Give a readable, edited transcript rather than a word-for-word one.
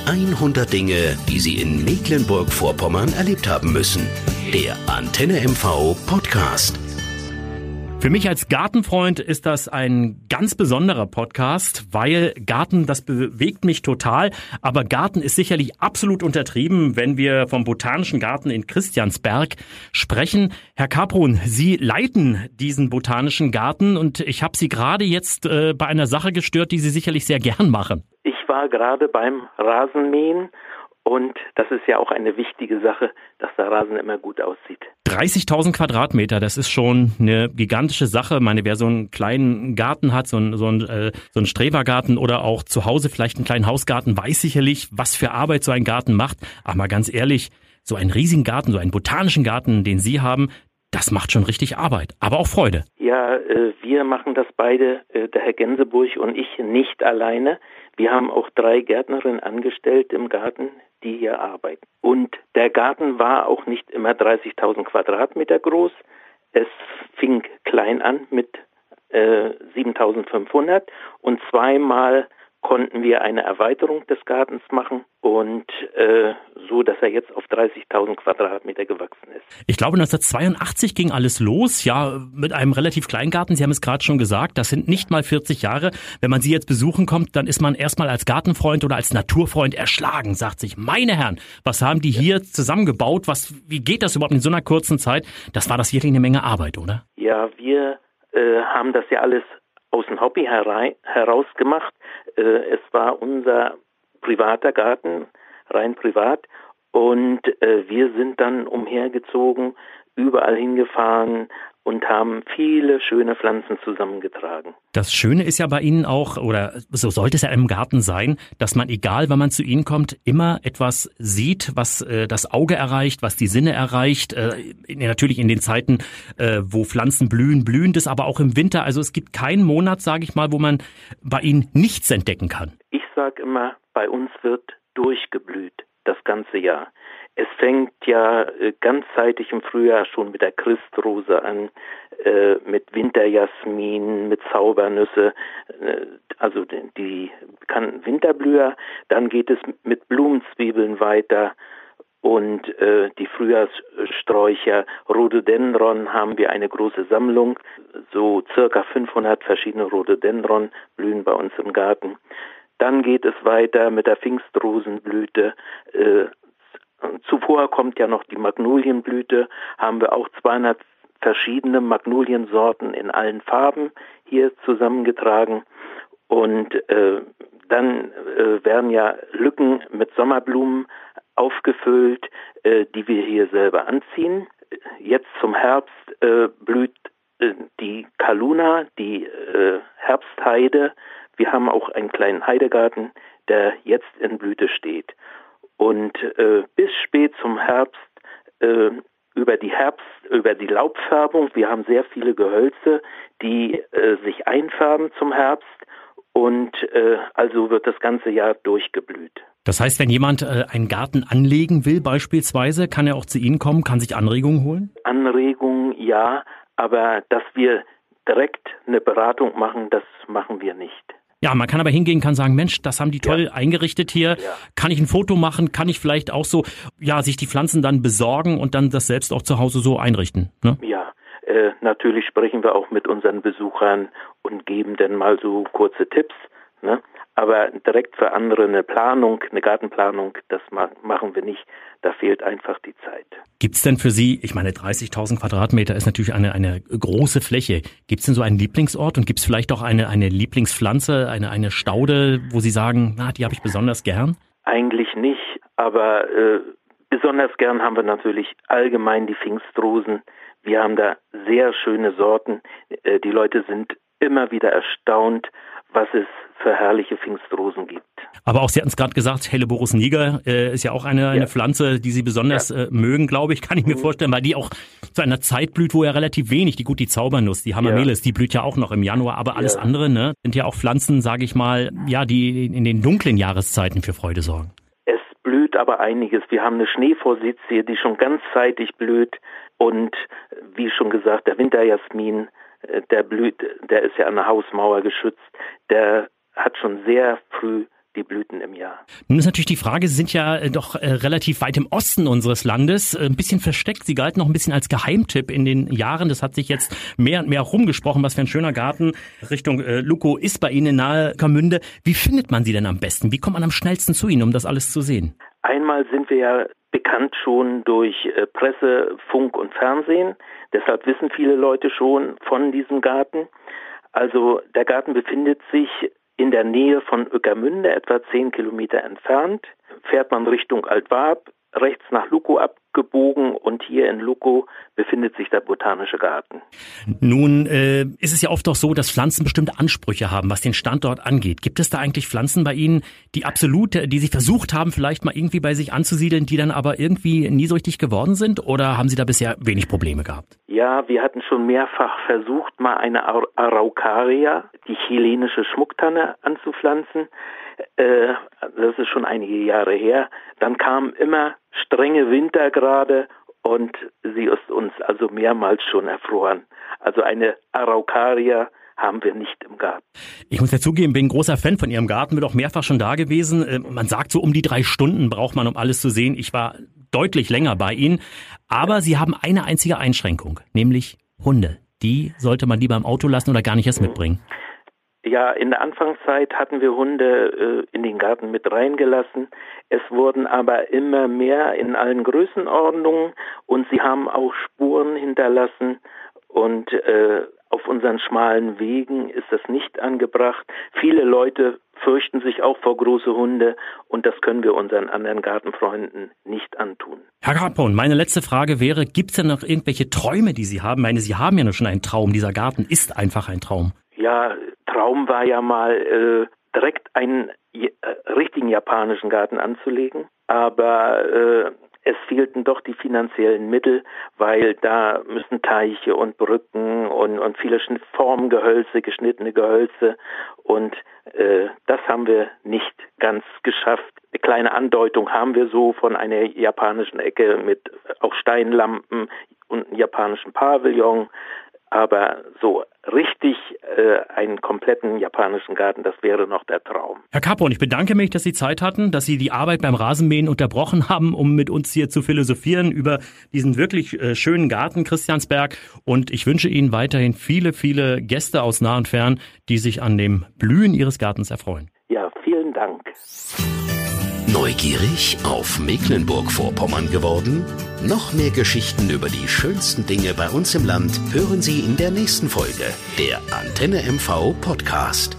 100 Dinge, die Sie in Mecklenburg-Vorpommern erlebt haben müssen. Der Antenne MV Podcast. Für mich als Gartenfreund ist das ein ganz besonderer Podcast, weil Garten, das bewegt mich total. Aber Garten ist sicherlich absolut untertrieben, wenn wir vom Botanischen Garten in Christiansberg sprechen. Herr Kaprun, Sie leiten diesen Botanischen Garten und ich habe Sie gerade jetzt bei einer Sache gestört, die Sie sicherlich sehr gern machen. Ich war gerade beim Rasenmähen. Und das ist ja auch eine wichtige Sache, dass der Rasen immer gut aussieht. 30.000 Quadratmeter, das ist schon eine gigantische Sache. Ich meine, wer so einen kleinen Garten hat, so einen Strebergarten oder auch zu Hause vielleicht einen kleinen Hausgarten, weiß sicherlich, was für Arbeit so ein Garten macht. Aber mal ganz ehrlich, so einen riesigen Garten, so einen botanischen Garten, den Sie haben, das macht schon richtig Arbeit, aber auch Freude. Ja, wir machen das beide, der Herr Genseburg und ich, nicht alleine. Wir haben auch 3 Gärtnerinnen angestellt im Garten, die hier arbeiten. Und der Garten war auch nicht immer 30.000 Quadratmeter groß. Es fing klein an mit 7.500 und zweimal konnten wir eine Erweiterung des Gartens machen und so, dass er jetzt auf 30.000 Quadratmeter gewachsen ist. Ich glaube, 1982 ging alles los, ja, mit einem relativ kleinen Garten. Sie haben es gerade schon gesagt, das sind nicht mal 40 Jahre. Wenn man Sie jetzt besuchen kommt, dann ist man erstmal als Gartenfreund oder als Naturfreund erschlagen, sagt sich, meine Herren, was haben die hier zusammengebaut? Wie geht das überhaupt in so einer kurzen Zeit? Das war das wirklich eine Menge Arbeit, oder? Ja, wir haben das ja alles aus dem Hobby heraus gemacht. Es war unser privater Garten, rein privat. Und wir sind dann umhergezogen, überall hingefahren und haben viele schöne Pflanzen zusammengetragen. Das Schöne ist ja bei Ihnen auch, oder so sollte es ja im Garten sein, dass man, egal wann man zu Ihnen kommt, immer etwas sieht, was das Auge erreicht, was die Sinne erreicht. Natürlich in den Zeiten, wo Pflanzen blühen, blühen das, aber auch im Winter. Also es gibt keinen Monat, sage ich mal, wo man bei Ihnen nichts entdecken kann. Ich sage immer, bei uns wird durchgeblüht das ganze Jahr. Es fängt ja ganz zeitig im Frühjahr schon mit der Christrose an, mit Winterjasmin, mit Zaubernüsse, also die bekannten Winterblüher. Dann geht es mit Blumenzwiebeln weiter und die Frühjahrssträucher. Rhododendron haben wir eine große Sammlung. So circa 500 verschiedene Rhododendron blühen bei uns im Garten. Dann geht es weiter mit der Pfingstrosenblüte. Zuvor kommt ja noch die Magnolienblüte, haben wir auch 200 verschiedene Magnoliensorten in allen Farben hier zusammengetragen. Und dann werden ja Lücken mit Sommerblumen aufgefüllt, die wir hier selber anziehen. Jetzt zum Herbst blüht die Kaluna, die Herbstheide. Wir haben auch einen kleinen Heidegarten, der jetzt in Blüte steht. Und bis spät zum Herbst über die Laubfärbung, wir haben sehr viele Gehölze, die sich einfärben zum Herbst und also wird das ganze Jahr durchgeblüht. Das heißt, wenn jemand einen Garten anlegen will beispielsweise, kann er auch zu Ihnen kommen, kann sich Anregungen holen? Anregungen ja, aber dass wir direkt eine Beratung machen, das machen wir nicht. Ja, man kann aber hingehen, kann sagen, Mensch, das haben die toll eingerichtet hier. Ja. Kann ich ein Foto machen? Kann ich vielleicht auch so, sich die Pflanzen dann besorgen und dann das selbst auch zu Hause so einrichten? Ne? Ja, natürlich sprechen wir auch mit unseren Besuchern und geben dann mal so kurze Tipps. Ne? Aber direkt für andere eine Gartenplanung, das machen wir nicht. Da fehlt einfach die Zeit. Gibt's denn für Sie, ich meine 30.000 Quadratmeter ist natürlich eine große Fläche. Gibt's denn so einen Lieblingsort und gibt's vielleicht auch eine Lieblingspflanze, eine Staude, wo Sie sagen, die habe ich besonders gern? Eigentlich nicht, aber besonders gern haben wir natürlich allgemein die Pfingstrosen. Wir haben da sehr schöne Sorten. Die Leute sind immer wieder erstaunt, was es für herrliche Pfingstrosen gibt. Aber auch, Sie hatten es gerade gesagt, Helleborus niger ist ja auch eine Pflanze, die Sie besonders mögen, glaube ich, kann ich mir vorstellen, weil die auch zu einer Zeit blüht, wo ja relativ wenig, die Zaubernuss, die Hamamelis, die blüht ja auch noch im Januar, aber alles andere, ne, sind ja auch Pflanzen, sage ich mal, die in den dunklen Jahreszeiten für Freude sorgen. Es blüht aber einiges. Wir haben eine Schneeforsythie, die schon ganz zeitig blüht und wie schon gesagt, der Winterjasmin, der blüht, der ist ja an der Hausmauer geschützt, der hat schon sehr früh die Blüten im Jahr. Nun ist natürlich die Frage, Sie sind ja doch relativ weit im Osten unseres Landes, ein bisschen versteckt. Sie galten noch ein bisschen als Geheimtipp in den Jahren. Das hat sich jetzt mehr und mehr rumgesprochen, was für ein schöner Garten Richtung Lukow ist bei Ihnen in Nahe-Ueckermünde. Wie findet man Sie denn am besten? Wie kommt man am schnellsten zu Ihnen, um das alles zu sehen? Einmal sind wir ja bekannt schon durch Presse, Funk und Fernsehen. Deshalb wissen viele Leute schon von diesem Garten. Also der Garten befindet sich in der Nähe von Ueckermünde, etwa 10 Kilometer entfernt. Fährt man Richtung Altwarp, rechts nach Lukow abgebogen und hier in Lukow befindet sich der Botanische Garten. Nun ist es ja oft auch so, dass Pflanzen bestimmte Ansprüche haben, was den Standort angeht. Gibt es da eigentlich Pflanzen bei Ihnen, die Sie versucht haben, vielleicht mal irgendwie bei sich anzusiedeln, die dann aber irgendwie nie so richtig geworden sind? Oder haben Sie da bisher wenig Probleme gehabt? Ja, wir hatten schon mehrfach versucht, mal eine Araucaria, die chilenische Schmucktanne, anzupflanzen. Das ist schon einige Jahre her. Dann kamen immer strenge Winter gerade und sie ist uns also mehrmals schon erfroren. Also eine Araucaria haben wir nicht im Garten. Ich muss ja zugeben, bin ein großer Fan von Ihrem Garten, bin auch mehrfach schon da gewesen. Man sagt, so um die 3 Stunden braucht man, um alles zu sehen. Ich war deutlich länger bei Ihnen. Aber Sie haben eine einzige Einschränkung, nämlich Hunde. Die sollte man lieber im Auto lassen oder gar nicht erst mitbringen. Ja, in der Anfangszeit hatten wir Hunde in den Garten mit reingelassen. Es wurden aber immer mehr in allen Größenordnungen und sie haben auch Spuren hinterlassen und auf unseren schmalen Wegen ist das nicht angebracht. Viele Leute fürchten sich auch vor große Hunde und das können wir unseren anderen Gartenfreunden nicht antun. Herr Capon, meine letzte Frage wäre, gibt es denn noch irgendwelche Träume, die Sie haben? Ich meine, Sie haben ja nur schon einen Traum. Dieser Garten ist einfach ein Traum. Ja, Traum war ja mal direkt einen richtigen japanischen Garten anzulegen, aber es fehlten doch die finanziellen Mittel, weil da müssen Teiche und Brücken und viele Formgehölze, geschnittene Gehölze und das haben wir nicht ganz geschafft. Eine kleine Andeutung haben wir so von einer japanischen Ecke mit auch Steinlampen und einem japanischen Pavillon. Aber so richtig einen kompletten japanischen Garten, das wäre noch der Traum. Herr Capon, ich bedanke mich, dass Sie Zeit hatten, dass Sie die Arbeit beim Rasenmähen unterbrochen haben, um mit uns hier zu philosophieren über diesen wirklich schönen Garten Christiansberg. Und ich wünsche Ihnen weiterhin viele, viele Gäste aus nah und fern, die sich an dem Blühen Ihres Gartens erfreuen. Ja, vielen Dank. Neugierig auf Mecklenburg-Vorpommern geworden? Noch mehr Geschichten über die schönsten Dinge bei uns im Land hören Sie in der nächsten Folge der Antenne MV Podcast.